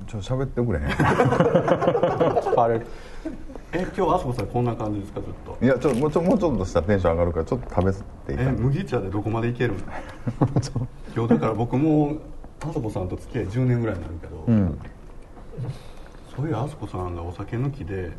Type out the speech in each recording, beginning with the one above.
ちょっと喋ってくれへん疲れる。 今日あそこさんこんな感じですかずっと。 いやもうちょっとしたテンション上がるからちょっと食べていいかな。 麦茶でどこまでいけるの今日だから僕もあそこさんと付き合い10年ぐらいになるけど、そういうあそこさんがお酒抜きで、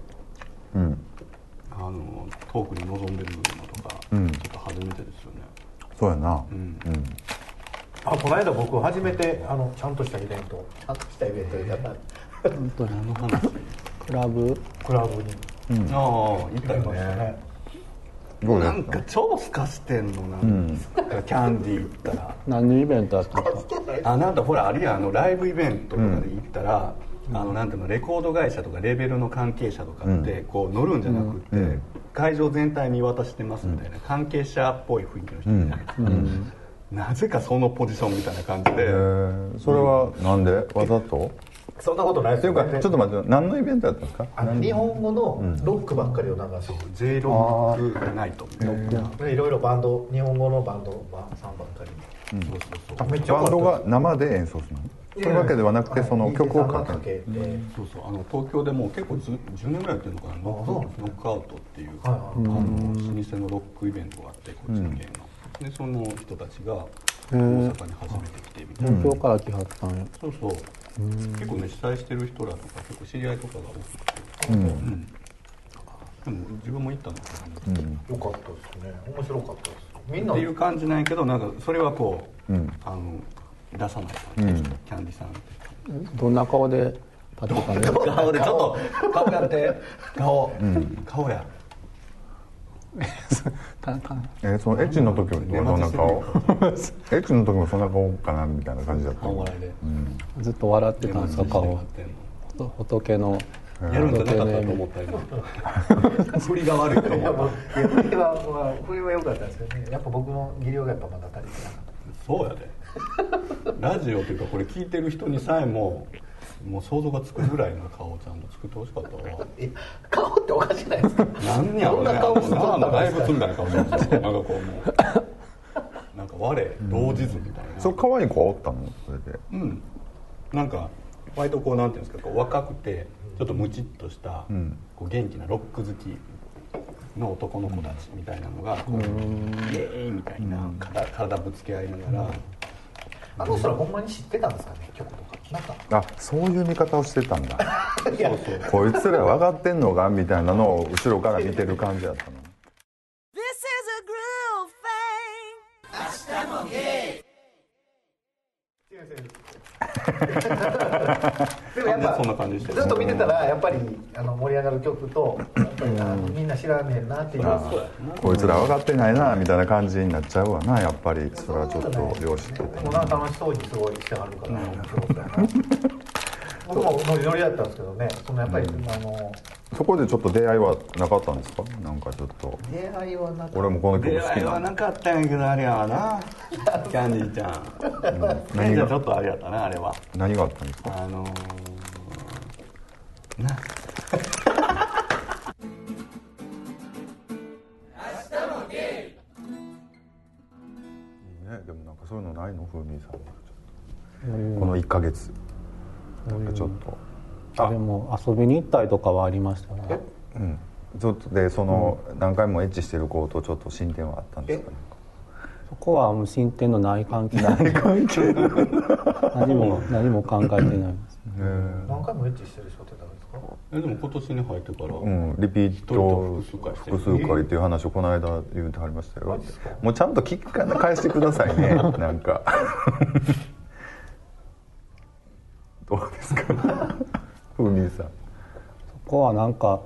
トークに臨んでるのとか、ちょっと初めてですよね。 そうやな。 この間僕初めてちゃんとしたイベントやった何の話？ クラブに行ったよね。なんか超すかしてんのなんか、キャンディー行ったら何のイベントだったんですか？ なんかほらあるやんライブイベントとかで行ったら、なんていうのレコード会社とかレーベルの関係者とかってこう乗るんじゃなくて、会場全体見渡してますみたいな関係者っぽい雰囲気の人いるじゃないですか。なぜかそのポジションみたいな感じで。 それはなんでわざと？ そんなことないですよ。 っていうかちょっと待って、何のイベントやったんですか？ 日本語のロックばっかりを流す J ロックナイトみたいな、 いろいろバンド、日本語のバンドさんばっかり、めっちゃバンドが生で演奏するの？そういうわけではなくて、その曲をかけて、 東京でもう結構10年ぐらいやってるのかな、ノックアウトっていう老舗のロックイベントがあって、こっちの系の、でその人たちが大阪に初めて来てみたいな。 東京から来はったんや。 そうそう、結構ね主催してる人らとか結構知り合いとかが多くて、でも自分も行ったのかな、 よかったですね、面白かったですみんなっていう感じなんやけど、なんかそれはこう、出さない感じ、キャンディさんってどんな顔で立ってたんですか？ 顔でちょっと顔やって顔やそのエッチの時はどんな顔？エッチの時もそんな顔かなみたいな感じだった。 顔笑いで、 ずっと笑ってたんですか？顔仏のやるんじゃなかったと思った今振りが悪いと思った。 振りは良かったですけどね、やっぱ僕の技量がやっぱまだ足りてなかった。 そうやでラジオというかこれ聞いてる人にさえもう想像がつくぐらいの顔をちゃんと作ってほしかったわ。 顔っておかしくないですか？ 何やろうね、大仏みたいな顔してるんですよ。なんかこうもうなんか我動じずみたいな。 そう可愛い子おったのそれで？ なんか割とこうなんていうんですか、こう若くてちょっとムチっとした、こう元気なロック好きの男の子たちみたいなのがこうイエーイみたいな体ぶつけ合いながら。 あの人らほんまに知ってたんですかね、曲とか。なんかそういう見方をしてたんだこいつら分かってんのかみたいなのを後ろから見てる感じだったの。 This is a groove thing. 明日もゲイ。 でもやっぱそんな感じでした。 ずっと見てたらやっぱり盛り上がる曲とやっぱりみんな知らねえなっていうこいつら分かってないなみたいな感じになっちゃうわな、やっぱり。それはちょっと両親とでも楽しそうにすごいしてはるから面白かったな。僕もノリノリだったんですけどね、やっぱりそこでちょっと出会いはなかったんですか？なんかちょっと出会いはなかった。 俺もこの曲好き出会いはなかったんやけど、あれやわなキャンディーちゃん、何がちょっとあれやったな、あれは。 何があったんですか？でもなんかそういうのないの？風味さんこの1ヶ月なんかちょっとでも遊びに行ったりとかはありましたね。 ちょっとで何回もエッチしてる子とちょっと進展はあったんですか？ そこはもう進展のない関係何も考えてないです。 何回もエッチしてる人って誰ですか？ でも今年に入ってから、 リピート複数回っていう話をこの間言うてはりましたよ。もうちゃんと聞き返してくださいねなんかどうですか風味さん。 そこはなんか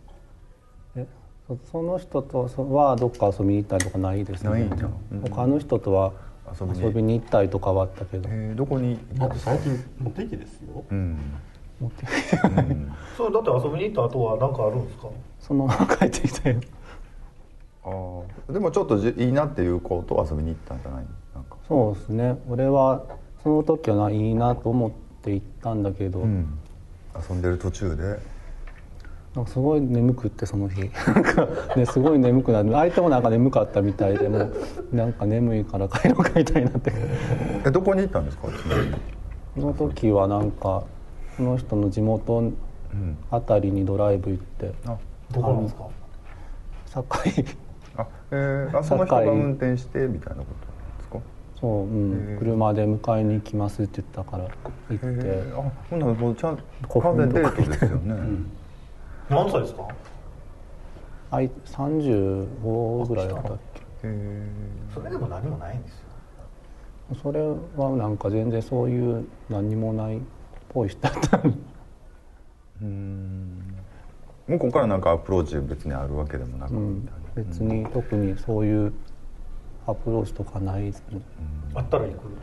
その人とはどっか遊びに行ったりとかないですね。 ないんじゃん。 他の人とは遊びに行ったりとかはあったけど、 どこに？ 僕最近モテ期ですよ。 持ってそうだって遊びに行った後は何かあるんですか？ そのまま帰ってきたよ。 でもちょっといいなっていう子と遊びに行ったんじゃない？なんかそうですね。俺はその時はいいなと思って行ったんだけど、 遊んでる途中でなんかすごい眠くってその日なんか、ね、すごい眠くなる。相手もなんか眠かったみたいで、もうなんか眠いから帰ろうかみたいになってどこに行ったんですか？ その時はなんかその人の地元あたりにドライブ行って、 どこなんですか？ 堺その人が運転してみたいなことですか？ そう、車で迎えに行きますって言ったから行って、 ほんならもうちゃんと完全デートですよね。 何歳ですか ？35ぐらいだったっけ。 それでも何もないんですよ。 それはなんか全然そういう何にもないっぽい人だったの。 向こうからなんかアプローチ別にあるわけでもなくみたいな、 別に特にそういうアプローチとかないですね。 あったら行くんですか？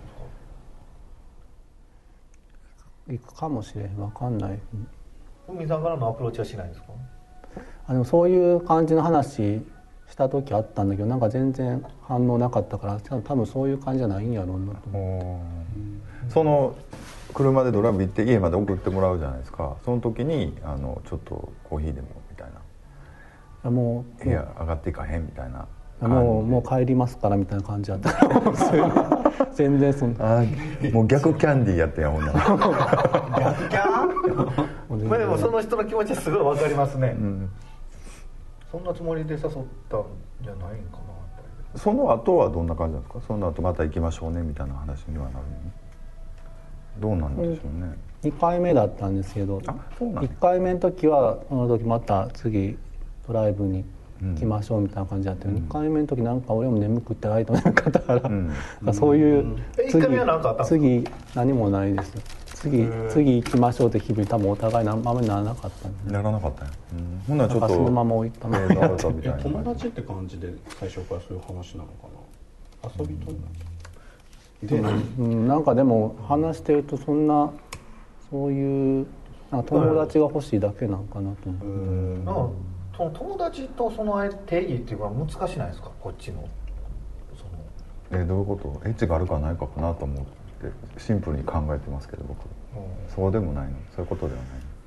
行くかもしれん、分かんない。 海さんからのアプローチはしないんですか？ でもそういう感じの話した時あったんだけど、なんか全然反応なかったから、多分そういう感じじゃないんやろうなと思う。その車でドライブ行って家まで送ってもらうじゃないですか。その時にちょっとコーヒーでもみたいな、 もう部屋上がっていかへんみたいな、 もう帰りますからみたいな感じだったら全然そんなもう逆キャンディーやってんやほんなら逆キャンまあでもその人の気持ちすごい分かりますね、そんなつもりで誘ったんじゃないんかな。やっぱりその後はどんな感じなんですか？その後また行きましょうねみたいな話にはなるの？どうなんでしょうね。 2回目だったんですけど、1回目の時はその時また次ドライブに行きましょうみたいな感じだったけど、2回目の時なんか俺も眠くて相手も眠かったから、そういう 1回目は何かあったんですか？ 次何もないです。次行きましょうって気分多分お互いあんまりならなかったんで。 ならなかったんや。ほんならちょっとそのまま置いたまま友達って感じで最初からそういう話なのかな。遊びとんだで、なんかでも話してるとそういうなんか友達が欲しいだけなんかなと思う。 その友達とその定義っていうのは難しないですか？こっちのどういうこと？エッチがあるかないかかなと思ってシンプルに考えてますけど僕、そうでもないの？そういうことではない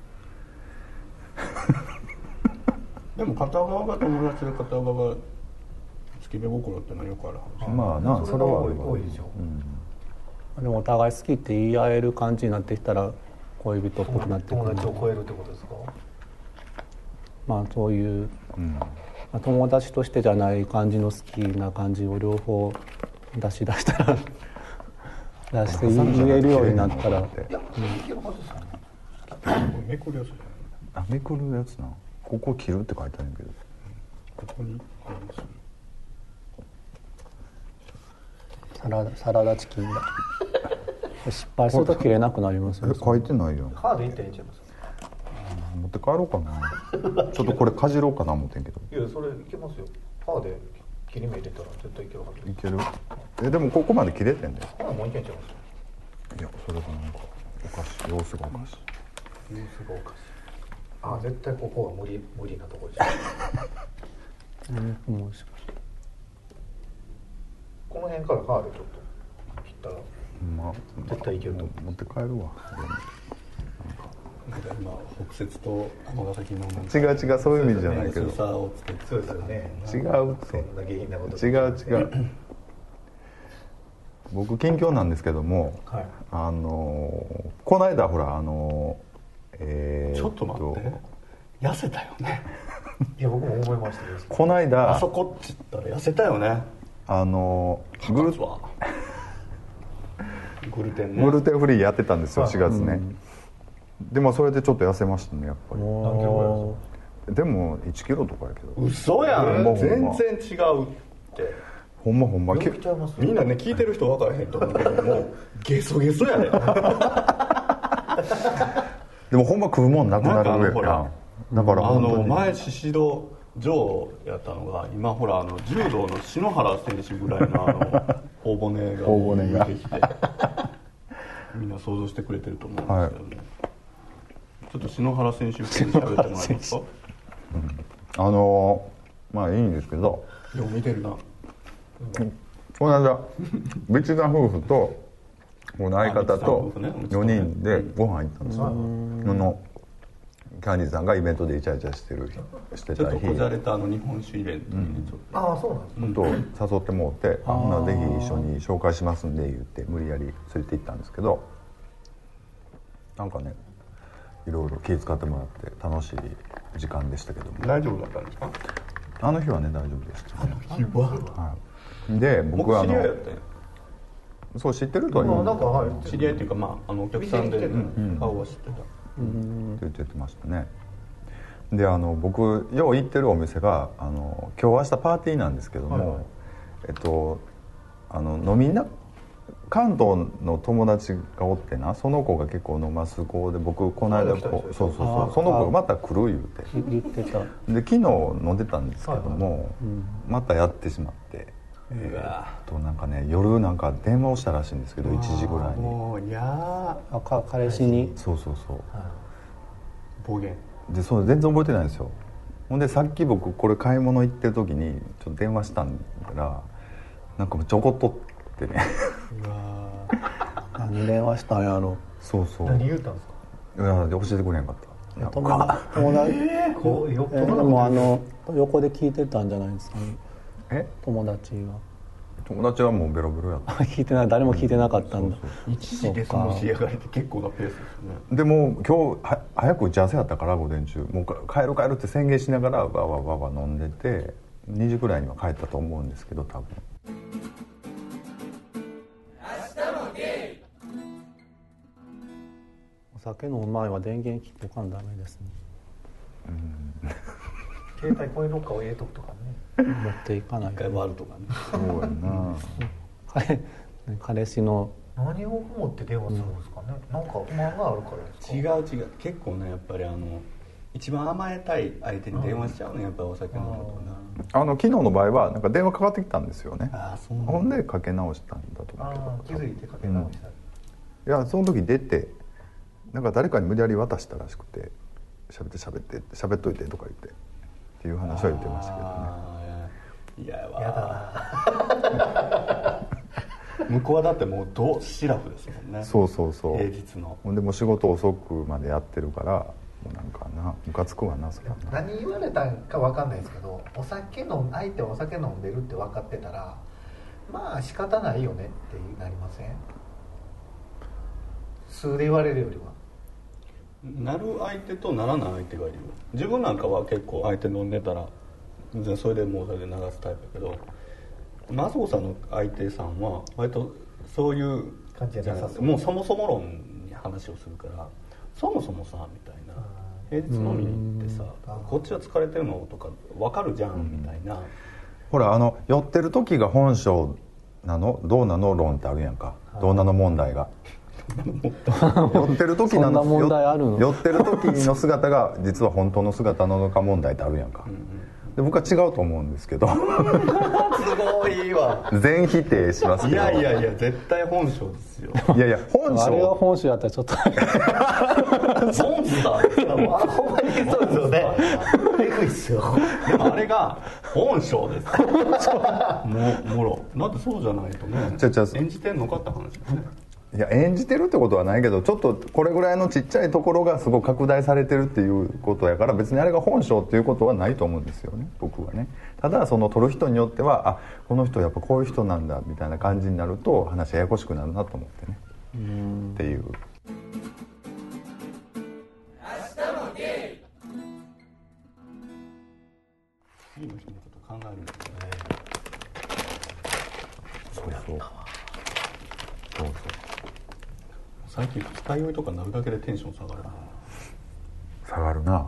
でも片側が友達で片側がスケベ心ってのはよくある話。 まあな、それは多いでしょ。 でもお互い好きって言い合える感じになってきたら恋人っぽくなってくる。 友達を超えるってことですか？ まあそういう、友達としてじゃない感じの好きな感じを両方出したら出して言えるようになったら。 めくるやつじゃない？ めくるやつな。ここ切るって書いてあるんやけど、 ここにありますサラダチキンが失敗すると切れなくなりますよ。 書いてないよ。 カードいったらいいんちゃいます？ 持って帰ろうかなちょっとこれかじろうかな思ってんけど。 いやそれいけますよ。歯で切り目入れたら絶対いけるはず。 いける？でもここまで切れてんだよ。 もういけんちゃいます？ いやそれがなんかおかしい、様子がおかしい。 様子がおかしい。絶対ここは無理なところですもしかしてこの辺から歯でちょっと切ったら、絶対いけると思う。 持って帰るわ。 今北摂と尼崎の違うそういう意味じゃないけど。 そうですよね。 違うって。 そんな下品なこと。 違う。僕近況なんですけども、この間ほらちょっと待って、痩せたよね。 いや僕も思いましたよ。 この間あそこっちったら痩せたよね。グルテンフリーやってたんですよ、4月ね。でもそれでちょっと痩せましたね、やっぱり。 何キロぐらいですか？でも1キロとかやけど。 嘘やん、全然違うって。 ほんまみんなね聞いてる人分からへんと思うけどもゲソゲソやねでもほんま食うもんなくなる上やだから前宍戸城やったのが今ほら柔道の篠原選手ぐらいの頬骨が出てきてみんな想像してくれてると思うんですけどね、ちょっと篠原選手に喋ってもらえますか？ まあいいんですけど、 よう見てるな。 この間ベチダ夫婦とこの相方と4人でご飯行ったんですよ。キャンディーさんがイベントでイチャイチャしてた日、 ちょっとこじゃれた日本酒イベントにちょっと、 そうなんですと誘ってもらって「ほなぜひ一緒に紹介しますんで」言って無理やり連れて行ったんですけど、なんかねいろいろ気遣ってもらって楽しい時間でしたけども。 大丈夫だったんですか？ あの日はね大丈夫でした、ね、 日は、 はい、で僕は知り合いやったよ。 そう知ってるとは言う、 なんかはい知り合いっていうか、まあ、お客さんで顔は知ってた、 って言ってましたね。で僕よう行ってるお店が今日明日パーティーなんですけども、飲みな関東の友達がおってな、その子が結構飲ます子で、僕この間こうそうその子がまた来る言うて言ってた。 で昨日飲んでたんですけども、またやってしまって、なんかね夜なんか電話をしたらしいんですけど1時ぐらいに。 もういや彼氏に。 そう暴言でそれ全然覚えてないんですよ。ほんでさっき僕これ買い物行ってる時にちょっと電話したんだら、なんかちょこっとってね何電話したんやろ。 そう何言うたんですか？ いや教えてくれへんかった。 友達でも横で聞いてたんじゃないですかね。友達はもうベロベロやった聞いてない、誰も聞いてなかったんだ。 一時でその仕上がりって結構なペースですね。 でも今日早く打ち合わせやったから午前中もう帰るって宣言しながらわわ飲んでて、2時ぐらいには帰ったと思うんですけど多分。 お酒の前は電源切っておかんダメですね。 携帯コインロッカーを入れとくとかね、 持っていかない一回割るとかね。 そうやな彼氏の何を思って電話するんですかね、なんか不満があるからですか？ 違う結構ねやっぱり一番甘えたい相手に電話しちゃうね、やっぱりお酒飲むとな。 昨日の場合はなんか電話かかってきたんですよね。 そうなんだ。 ほんでかけ直したんだと思うけど、 気づいてかけ直した、 いやその時出てなんか誰かに無理やり渡したらしくて、喋っといてとか言っていう話は言ってましたけどね。 いやだな向こうはだってもうどシラフですもんね。 そう平日の。 ほんでもう仕事遅くまでやってるからもうなんかなムカつくわなそれはな。 何言われたんか分かんないですけど、相手お酒飲んでるって分かってたらまあ仕方ないよねってなりません？数で言われるよりは。 なる相手とならない相手がいる。自分なんかは結構相手飲んでたら全然それで流すタイプだけど、マツコさんの相手さんは割とそういう感じじゃなさそう。 もうそもそも論に話をするから、そもそもさみたいな、平日飲みに行ってさこっちは疲れてるのとか分かるじゃんみたいな。 ほら酔ってる時が本性なのどうなの論ってあるやんか。どうなの問題が酔ってる時そんな問題あるの？ 酔ってる時の姿が実は本当の姿なのか問題ってあるやんか。で僕は違うと思うんですけどすごいわ。 全否定しますけど。 いや絶対本性ですよ。 いや本性あれが本性やったらちょっとモンスターほんまにそうですよね。えぐいっすよ。 でもあれが本性ですもろだってそうじゃないとね演じてんのかって話ですね。 いや演じてるってことはないけど、ちょっとこれぐらいのちっちゃいところがすごい拡大されてるっていうことやから、別にあれが本性っていうことはないと思うんですよね、僕はね。ただその撮る人によってはこの人やっぱこういう人なんだみたいな感じになると話ややこしくなるなと思ってねっていう。 次の人のこと考えるんですよね。 そう最近二日酔いとかなるだけでテンション下がるな。 下がるな、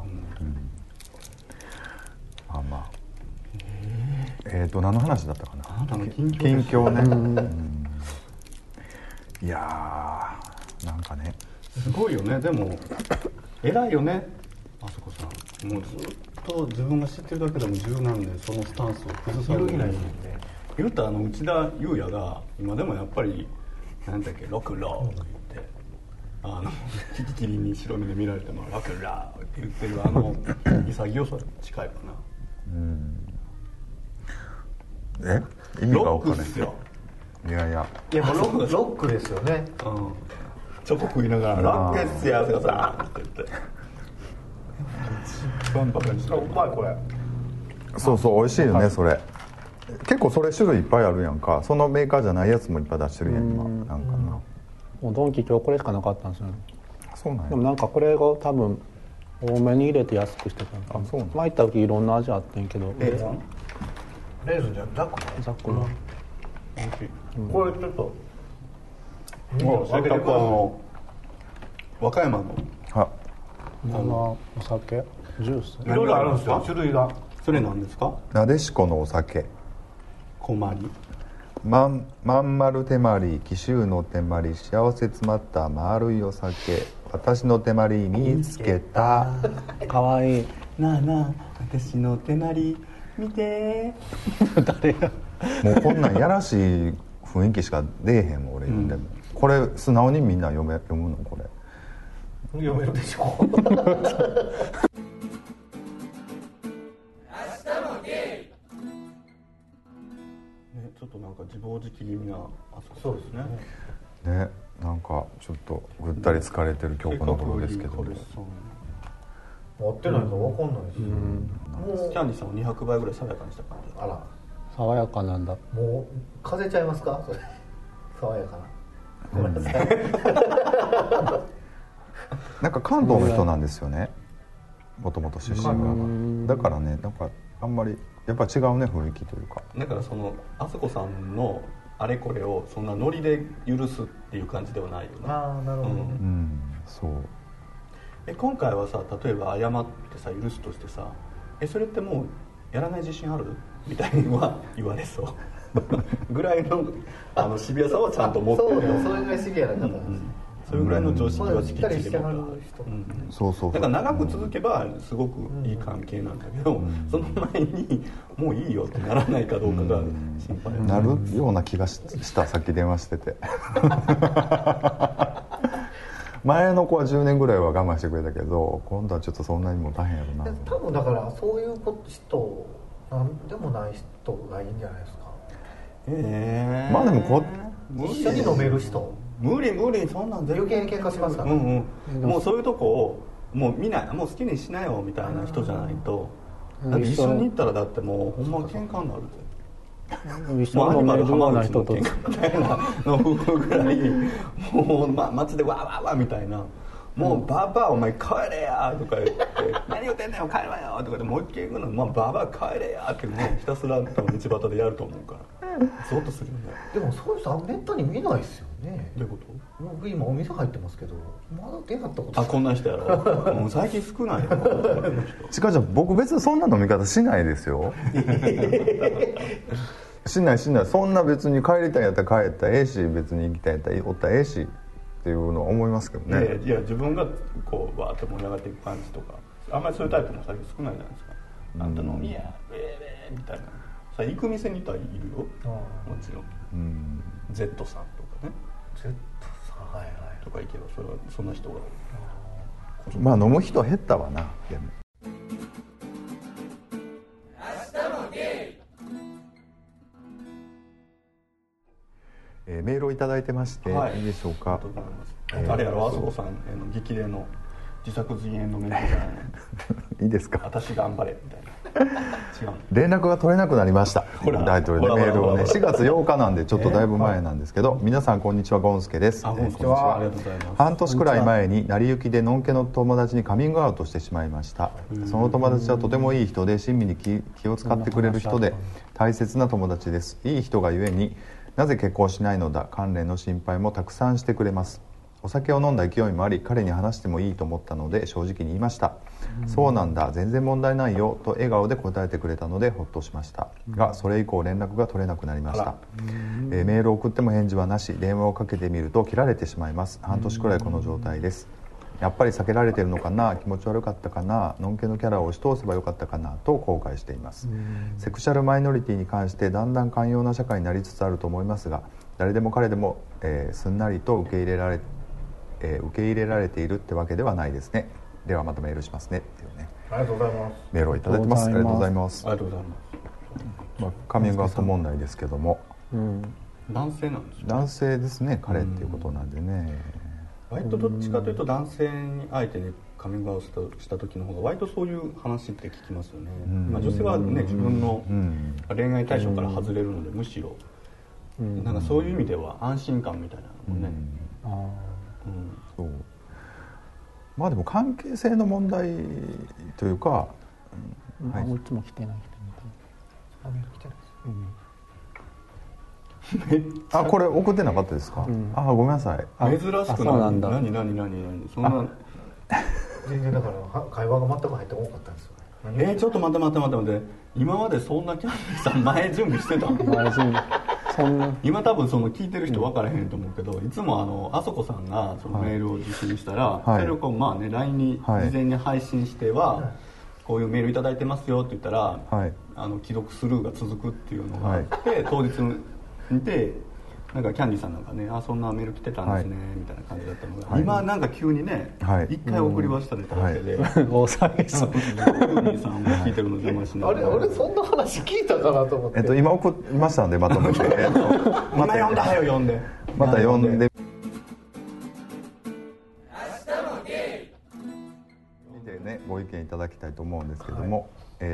まあ何の話だったかな。 あなたの近況ねいやーなんかねすごいよね。でも偉いよねあそこさん。もうずっと自分が知ってるだけでも十何年そのスタンスを崩されてない。言うたら内田裕也が今でもやっぱりなんだっけロクローって言ってキキキリに白目で見られてもロクローって言ってる潔さ近いかな。 意味がロッ分かんないクですよ。 いやもうロックですよね。 チョコ食いながら「ロックっすよあそこさん」って言って一番バカにしてる。 うまいこれ。 そう美味しいよねそれ。結構それ種類いっぱいあるやんか。そのメーカーじゃないやつもいっぱい出してるやん今なんかな。 もうドンキ今日これしかなかったんですよね。 そうなんや。 でもなんかこれが多分多めに入れて安くしてたのかな。 そうなん前行った時いろんな味あってんけど、 レーズンじゃザックね。 ザックの、 これちょっとそれから和歌山のお酒ジュースいろいろあるんですよ、種類が。 それなんですか？ なでしこのお酒、 こまり、 まん丸手まり、紀州の手まり、幸せ詰まった丸いお酒、私の手まり見つけた。 かわいい。 なあなあ私の手まり見て誰や。 もうこんなんやらしい雰囲気しか出えへんもん俺読んでも、これ素直にみんな読むのこれ。 読めるでしょう。 ちょっとなんか自暴自棄気味なそうですね。 ね、なんかちょっとぐったり疲れてる今日この頃ですけど、 持ってないから分かんないです。もキャンディーさんを200倍ぐらい爽やかにした感じ。 あら、 爽やかなんだ。 もう風邪ちゃいますかそれ。爽やかな。ごめんなさい。 なんか関東の人なんですよね、もともと出身が。だからね、なんかあんまりやっぱ違うね雰囲気というか。 だからそのあそこさんのあれこれをそんなノリで許すっていう感じではないよね。 ああ、なるほどね。 そう。 今回はさ、例えば謝ってさ許すとしてさ、それってもうやらない自信あるみたいには言われそうぐらいのシビアさはちゃんと持ってる。 そうよ、それぐらいシビアな方なんです。 それぐらいの常識はしっかりしてはる人。 そうだから長く続けばすごくいい関係なんだけど、その前にもういいよってならないかどうかが心配なるような気がしたさっき電話してて前の子は10年ぐらいは我慢してくれたけど、今度はちょっとそんなにも大変やろな。 多分だからそういう人なんでもない人がいいんじゃないですか。 まあでも一緒に飲める人。 無理そんなん全余計に喧嘩しますから。 もうそういうとこをもう見ない、もう好きにしなよみたいな人じゃないと。だって一緒に行ったらだってもうほんま喧嘩になるぜ。 一緒に飲めるような人とみたいなのぐらいもう、街でわーわーわーみたいな、もうバーバーお前帰れやとか言って何言ってんだよ帰るわよとかでもう一回行くの、バーバー帰れやってね、ひたすら道端でやると思うからゾッとするよね。 でもそういう人めったに見ないですよね。 どういうこと？ 僕今お店入ってますけどまだ出会ったことない。 こんな人やろもう最近少ないよちかちゃん、僕別にそんな飲み方しないですよしないそんな別に帰りたいんやったら帰ったらええし、別に行きたいんやったらおったらええしっていうのは思いますけどね。 いや自分がこうわーって盛り上がっていく感じとか、あんまりそういうタイプも最近少ないじゃないですか。あんたのいやみたいなさ、行く店にいたらいるよ、もちろん。Z さんとかね、 Z さん、はいはいとかいいけど、それはそんな人がまあ飲む人減ったわな。でもメールをいただいてまして、いいでしょうか。 あれやろ、あそこさんへの激励の自作自演のメールじゃないいいですか。 私頑張れみたいな。違う。 連絡が取れなくなりました。大統領でメールをね、4月8日なんでちょっとだいぶ前なんですけど、皆さんこんにちは、ゴンスケです。 こんにちは。ありがとうございます。 半年くらい前に成り行きでのんけの友達にカミングアウトしてしまいました。その友達はとてもいい人で、親身に気を使ってくれる人で大切な友達です。いい人がゆえになぜ結婚しないのだ関連の心配もたくさんしてくれます。お酒を飲んだ勢いもあり、彼に話してもいいと思ったので正直に言いました。そうなんだ、全然問題ないよと笑顔で答えてくれたのでほっとしましたが、それ以降連絡が取れなくなりました。メールを送っても返事はなし、電話をかけてみると切られてしまいます。半年くらいこの状態です。やっぱり避けられてるのかな、気持ち悪かったかな、のんけのキャラを押し通せばよかったかなと後悔しています。セクシャルマイノリティに関してだんだん寛容な社会になりつつあると思いますが、誰でも彼でも、すんなりと受け入れられているってわけではないですね。ではまたメールしますねっていうね、 ありがとうございます。 メールをいただいてます。ありがとうございます。 ありがとうございます。 カミングアウト問題ですけども、 男性なんですよね。 男性ですね、彼っていうことなんでね。 割とどっちかというと男性に相手にカミングアウトした時の方が割とそういう話って聞きますよね。女性はね、自分の恋愛対象から外れるので、むしろなんかそういう意味では安心感みたいなのもね。 そうまあでも関係性の問題というか、はい、 いつも来てないあ、これ送ってなかったですか、あ、ごめんなさい。 珍しくない。 そうなんだ。 何そんな全然だから会話が全く入ってこなかったんですよ。 ちょっと待って今までそんなキャンディーさん前準備してたそんな今多分その聞いてる人分からへんと思うけど、いつもあそこさんがそのメールを受信したら、それをこうまあね LINE に事前に配信しては、こういうメールいただいてますよって言ったら、既読スルーが続くっていうのがあって、当日にでなんかキャンディーさんなんかね、そんなメール来てたんですね、みたいな感じだったのが、今なんか急にね、一回送り忘れたわけで、 大騒ぎそう。 ユーミンさんも聞いてるの邪魔しない。 俺そんな話聞いたかなと思って。 今送りましたんでまとめて。 今読んだ、早よ読んで。 また読んで。見てね、ご意見いただきたいと思うんですけども、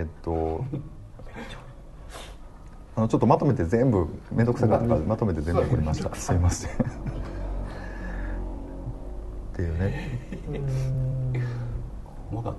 ちょっとまとめて全部面倒くさかったからまとめて全部送りました。すいません。っていうね。 分かった。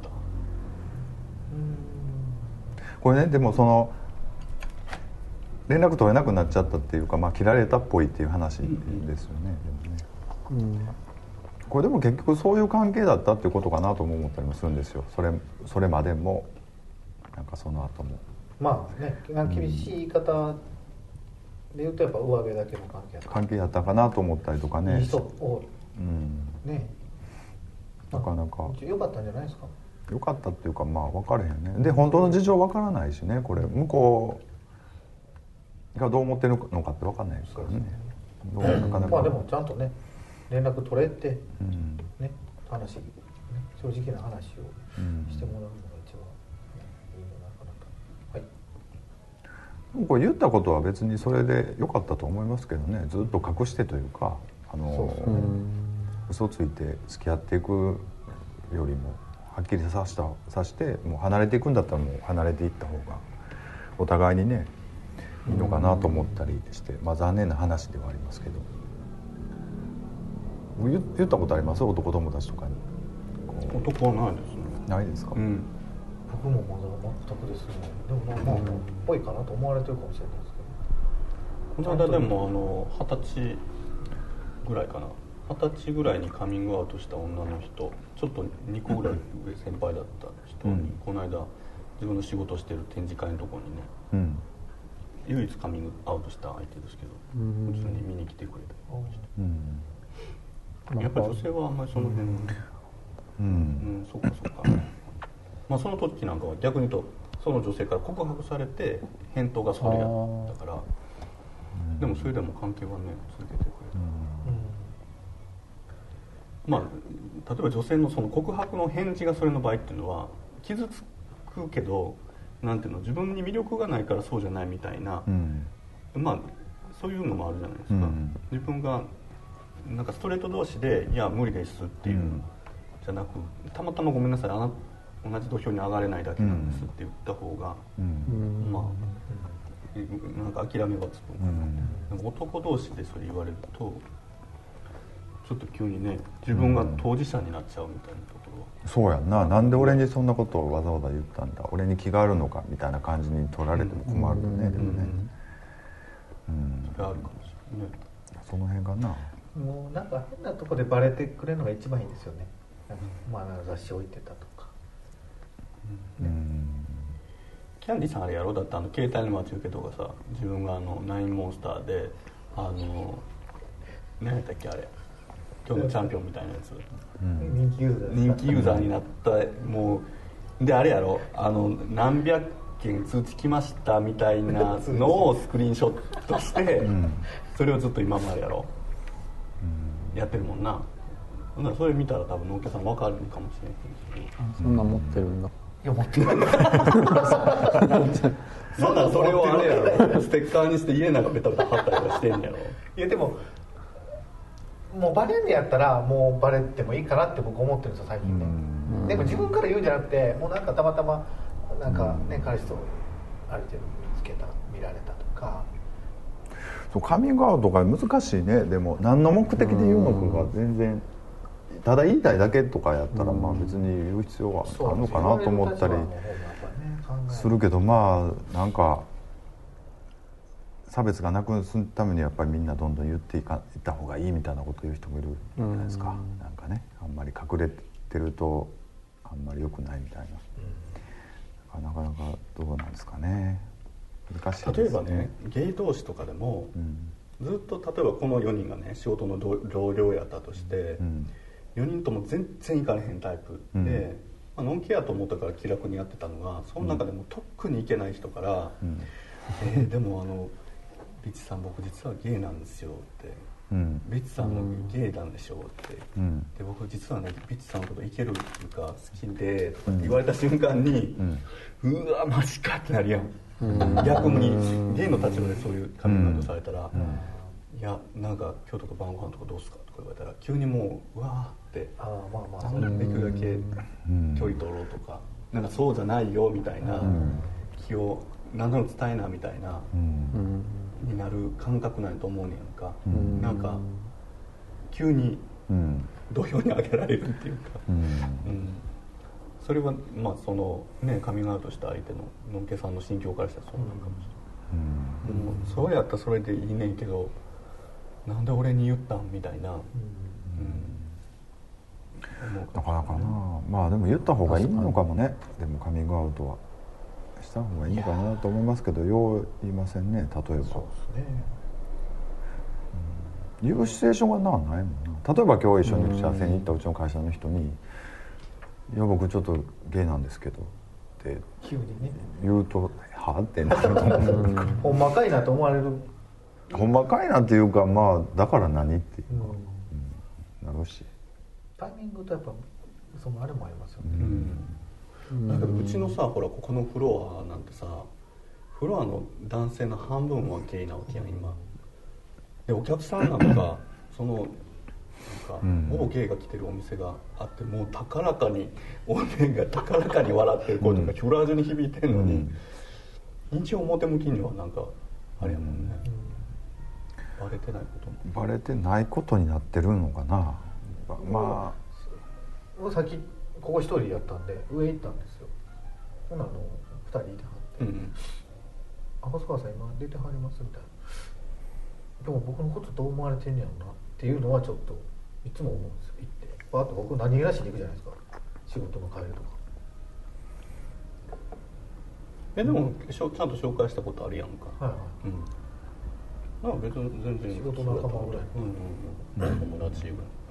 これね、でもその連絡取れなくなっちゃったっていうか、まあ切られたっぽいっていう話ですよね。でもね。これでも結局そういう関係だったっていうことかなとも思ったりもするんですよ。それまでもなんかその後も。 まあね、厳しい言い方で言うとやっぱ上辺だけの関係だったかなと思ったりとかね。 いい人多い。ね。 なかなか。 良かったんじゃないですか。 良かったっていうか、まあ分からへんね。で本当の事情分からないしね、これ向こうがどう思ってるのかって分かんないですからね。なかなか。 まあでもちゃんとね連絡取れて、ね話、正直な話をしてもらうのが一番。 これ言ったことは別にそれで良かったと思いますけどね。ずっと隠してというか、嘘ついて付き合っていくよりもはっきりさしてもう離れていくんだったらもう離れていった方がお互いにねいいのかなと思ったりして、まあ残念な話ではありますけど。言ったことあります？男友達とかに。 男はないですね。 ないですか？ 僕もまだ全くですね。でもまあっぽいかなと思われてるかもしれないですけど。 この間でも20歳ぐらいかな。20歳ぐらいにカミングアウトした女の人、ちょっと2個ぐらい上先輩だった人に、この間自分の仕事してる展示会のところにね、唯一カミングアウトした相手ですけど、普通に見に来てくれたりして、やっぱり女性はあんまりその辺、そっかそっか。まあその時なんかは逆に言うとその女性から告白されて返答がそれやったから、でもそれでも関係はね続けてくれた。まあ例えば女性のその告白の返事がそれの場合っていうのは傷つくけど、なんていうの、自分に魅力がないからそうじゃないみたいな、まあそういうのもあるじゃないですか。自分がなんかストレート同士でいや無理ですっていうじゃなく、たまたまごめんなさい同じ土俵に上がれないだけなんですって言った方が、まあなんか諦めがつく、なんか男同士でそれ言われるとちょっと急にね自分が当事者になっちゃうみたいなところは、 そうやんな。なんで俺にそんなことをわざわざ言ったんだ、俺に気があるのかみたいな感じに取られても困るよね。でもね、 それあるかもしれないね。 その辺かな。 もうなんか変なとこでバレてくれるのが一番いいんですよね。まあ雑誌置いてたとか。 キャンディさんあれやろ、だって携帯の待ち受けとかさ、自分がナインモンスターで何やったっけあれ、今日のチャンピオンみたいなやつ、 人気ユーザーになった。もうであれやろ、何百件通知来ましたみたいなのをスクリーンショットして、それをずっと今までやろやってるもんな。それ見たら多分農家さん分かるかもしれないけど。 そんな持ってるんだ。 いや持ってない。 そんなんそれをあれやろ、ステッカーにして家なんかベタベタ貼ったりとかしてんやろ。 いやでももうバレんねやったらもうバレてもいいかなって僕思ってるんですよ最近ね。でも自分から言うんじゃなくて、もうなんかたまたまなんかね彼氏とある程度見つけた、見られたとか。 そうカミングアウトが難しいね。でも何の目的で言うのかが全然ただ言いたいだけとかやったらまあ別に言う必要はあるのかなと思ったりするけど、まあなんか差別がなくするためにやっぱりみんなどんどん言っていった方がいいみたいなことを言う人もいるじゃないですか。なんかね、あんまり隠れてるとあんまり良くないみたいな、なかなかどうなんですかね。難しいですね。 例えばね、ゲイ同士とかでも、ずっと例えばこの4人がね仕事の同僚やったとして、4人とも全然行かれへんタイプで、ノンケアと思ったから気楽にやってたのが、その中でも特に行けない人から「でもビッチさん僕実はゲイなんですよ」って「ビッチさんもゲイなんでしょ」って「で僕実はねビッチさんのこといけるっていうか好きで」とかって言われた瞬間に「うわマジか」ってなるやん。逆にゲイの立場でそういうカミングアウトされたら「いやなんか今日とか晩ご飯とかどうすか?」とか言われたら急にもううわーってできるだけ距離取ろうとか、なんかそうじゃないよみたいな気を何だろう伝えなみたいなになる感覚なんやと思うねんか。なんか急に土俵に上げられるっていうか、それはまあそのねカミングアウトした相手ののんけさんの心境からしたらそうなのかもしれない。そうやったらそれでいいねんけど、なんで俺に言ったんみたいな。 なかなかな。まあでも言った方がいいのかもね。でもカミングアウトはした方がいいのかなと思いますけど、よう言いませんね。例えばそうですね、言うシチュエーションがないもんな。例えば今日一緒に打ち合わせに行ったうちの会社の人に「いや僕ちょっとゲイなんですけど」って急にね言うと「はあ?」ってなると思う。 ほんまかいなと思われる。 ほんまかいなっていうか、まあだから何っていうか、なるし、 タイミングとやっぱそのあれもありますよね。 だけどうちのさほらここのフロアなんてさ、フロアの男性の半分はゲイなわけやん今で、お客さんなんかそのなんかほぼゲイが来てるお店があって、もう高らかにお姉が高らかに笑ってる声とかフロア中に響いてんのに、一応表向きにはなんかあれやもんね、バレてないこともバレてないことになってるのかな。まあさっきここ一人やったんで上行ったんですよ。ほな2人いてはって「あ細川さん今出てはります」みたいな。でも僕のことどう思われてんねやろなっていうのはちょっといつも思うんですよ。行ってバーッと僕何気なしに行くじゃないですか、仕事の帰りとか。 でもちゃんと紹介したことあるやんか。 はいはい、 まあ別に全然仕事仲間ぐらい、 友達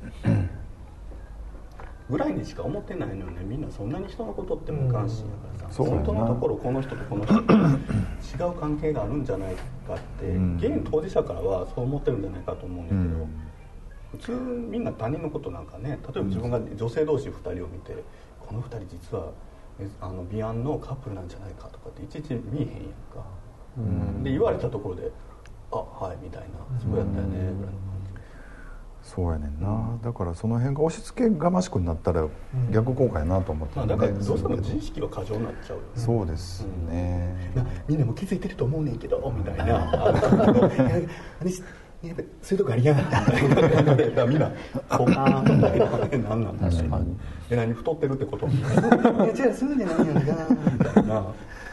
ぐらいにしか思ってないのよね。みんなそんなに人のことって無関心だからさ、本当のところこの人とこの人と違う関係があるんじゃないかって、ゲイの当事者からはそう思ってるんじゃないかと思うんだけど、普通みんな他人のことなんかね、例えば自分が女性同士2人を見て、この2人実はビアンのカップルなんじゃないかとかっていちいち見えへんやんか、で言われたところで「あはい」みたいな「そうやったよね」ぐらいの感じ。 そうやねんな、だからその辺が押し付けがましくなったら逆効果やなと思ってるんで、 だからどうしても自意識は過剰になっちゃうよね。 そうですね、 みんなも気づいてると思うねんけどみたいなそういうとこありやがったみたいな感じでみんなポカーンみたいな何なんだろう、何太ってるってこといやじゃあそうじゃないやんかみたいな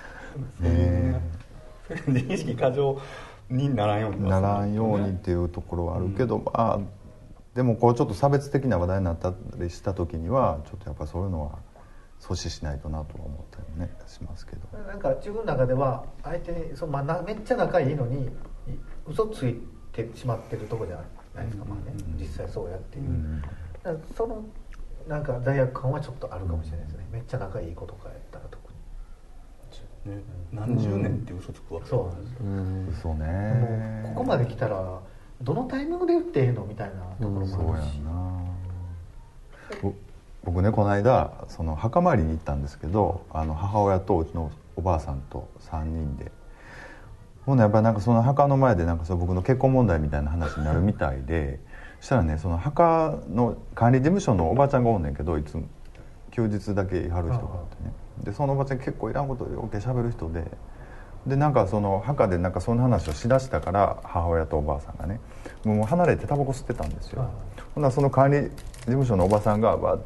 自意識過剰にならんようにならんようにっていうところはあるけど、まあでもこうちょっと差別的な話題になったりした時にはちょっとやっぱそういうのは阻止しないとなとは思ったりねしますけど、 なんか自分の中では相手にめっちゃ仲いいのに嘘ついてしまってるところじゃないですか、まあね、実際そうやっていう、だからそのなんか罪悪感はちょっとあるかもしれないですね、めっちゃ仲いい子とかやったら特に、 ね、何十年って嘘つくわけ、 そうなんですよ、 嘘ね、 もうここまで来たらどのタイミングで言ってええのみたいなところそうやもあるし、 な。僕ねこの間その墓参りに行ったんですけど、母親とうちのおばあさんと3人で、ほんなやっぱりなんかその墓の前でなんか僕の結婚問題みたいな話になるみたいでそしたらね、その墓の管理事務所のおばちゃんがおんねんけど、いつも休日だけいはる人があってね、でそのおばちゃん結構いらんことよけ喋る人でなんかその墓でなんかその話をしだしたから母親とおばあさんがねもう離れてタバコ吸ってたんですよ、ほんならその管理務所のおばさんがバーって、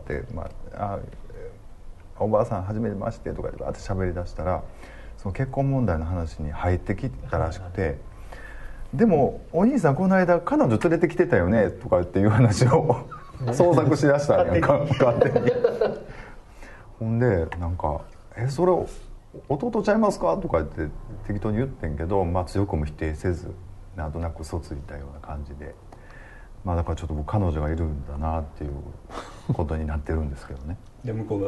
おばあさん初めましてとかでバーって喋り出したら、その結婚問題の話に入ってきたらしくて、でもお兄さんこの間彼女連れてきてたよねとかっていう話を創作しだしたんやんか勝手に。ほんでなんか「それ弟ちゃいますか?」とか言って適当に言ってんけど、強くも否定せずなんとなく嘘ついたような感じで、だからちょっと僕彼女がいるんだなっていうことになってるんですけどね。 で向こうが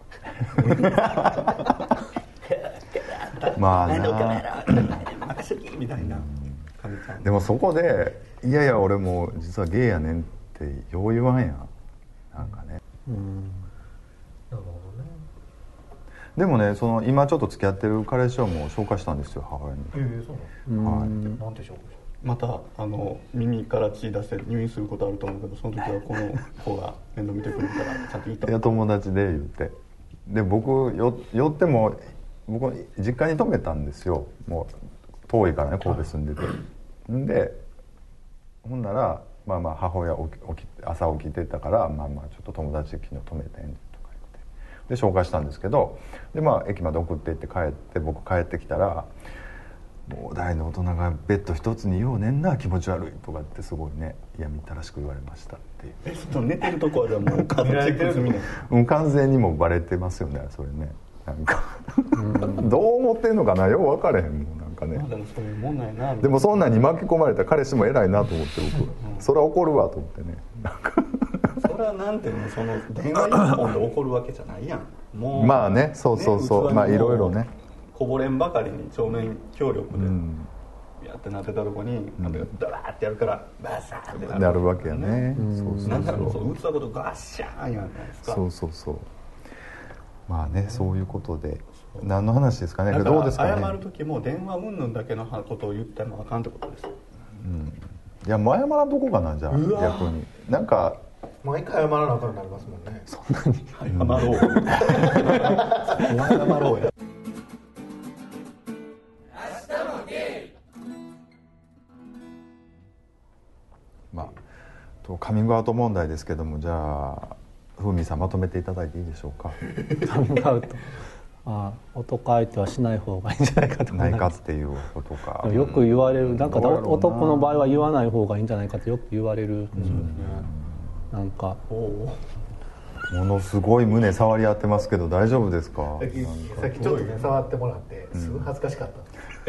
まあなみたいな。 でもそこで「いやいや俺も実はゲイやねん」ってよう言わんやん、なんかね。 なるほどね。 でもね、その今ちょっと付き合ってる彼氏はもう紹介したんですよ、母親に。 そうなの。 はい。 なんて紹介した？ また耳から血出して入院することあると思うけど、その時はこの子が面倒見てくれるからちゃんと言った。 いや友達で言って、で僕寄っても僕実家に泊めたんですよ。もう遠いからね、神戸住んでて。でほんなら母親朝起きてたからちょっと友達昨日泊めてんとか言ってで紹介したんですけど、で駅まで送って行って僕帰ってきたら「もう大の大人がベッド一つにようねんな、気持ち悪い」とかってすごいね嫌みったらしく言われましたっていう。 ちょっと寝てるとこはじゃあもう数チェック済みなの完全にもうバレてますよねそれね。なんかどう思ってんのかな、よう分かれへんもんなんかね。 でもそういうもんなんやな。 でもそんなに巻き込まれた彼氏も偉いなと思って僕、それは怒るわと思ってね。なんかそれはなんていうの、その電話一本で怒るわけじゃないやん。もうまあね、そういろいろね、 こぼれんばかりに正面協力でやってなってたとこにドラーってやるからバサーってなるわけやね。 なんだろう、打つことガッシャーンやんないですか。 そうまあね、そういうことで何の話ですかね。どうですかね。 謝る時も電話云々だけのことを言ってもあかんってことです。 いやもう謝らんとこかな、じゃあ逆になんか毎回謝らなあかんになりますもんね。 そんなに謝ろうや。 カミングアウト問題ですけども、じゃあふみさんまとめていただいていいでしょうか。 カミングアウト男相手はしない方がいいんじゃないかと思います。 ないかっていうことか。 よく言われる、なんか男の場合は言わない方がいいんじゃないかってよく言われるんですよね。なんかものすごい胸触り合ってますけど大丈夫ですか。 さっきちょっとね触ってもらってすごい恥ずかしかった。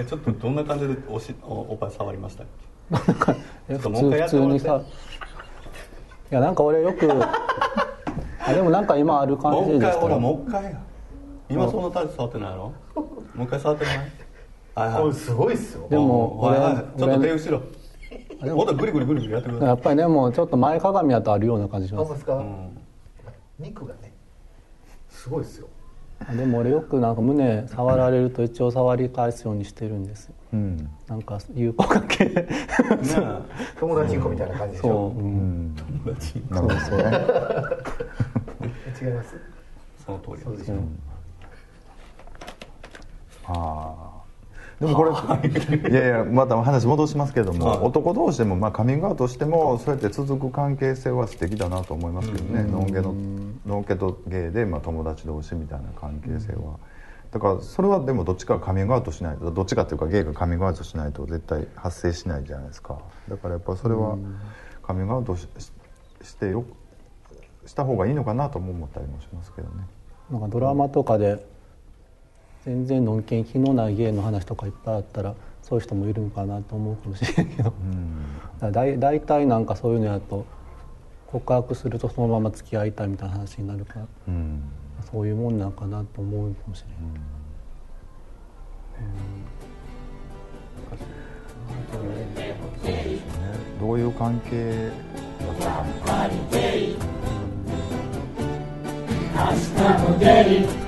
ちょっとどんな感じでおっぱい触りましたっけ。 普通にさ、いやなんか俺よくでもなんか今ある感じですから。 もう一回や。今そんなタイプ触ってないやろ。もう一回触ってない。 これすごいっすよ。 でも俺ちょっと手後ろ。もっとグリグリグリグリやってください。 やっぱりでもちょっと前かがみだとあるような感じします。 肉がねすごいっすよ。 でも俺よくなんか胸触られると一応触り返すようにしてるんですよ。なんか友好関係友達っ子みたいな感じでしょ。 友達。 そうね。 違います。 その通りそうでしょ。 でもこれいやまた話戻しますけども、男同士でもカミングアウトしてもそうやって続く関係性は素敵だなと思いますけどね。ノンケとゲイで友達同士みたいな関係性は、だからそれはでもどっちかがカミングアウトしないと、どっちかっていうかゲイがカミングアウトしないと絶対発生しないじゃないですか。だからやっぱそれはカミングアウトした方がいいのかなとも思ったりもしますけどね。 なんかドラマとかで全然のんけん気のないゲイの話とかいっぱいあったらそういう人もいるのかなと思うかもしれんけど、だいたいなんかそういうのやと告白するとそのまま付き合いたいみたいな話になるから、そういうもんなんかなと思うかもしれない。 そうですね。どういう関係だったかみたいな。 明日もゲイ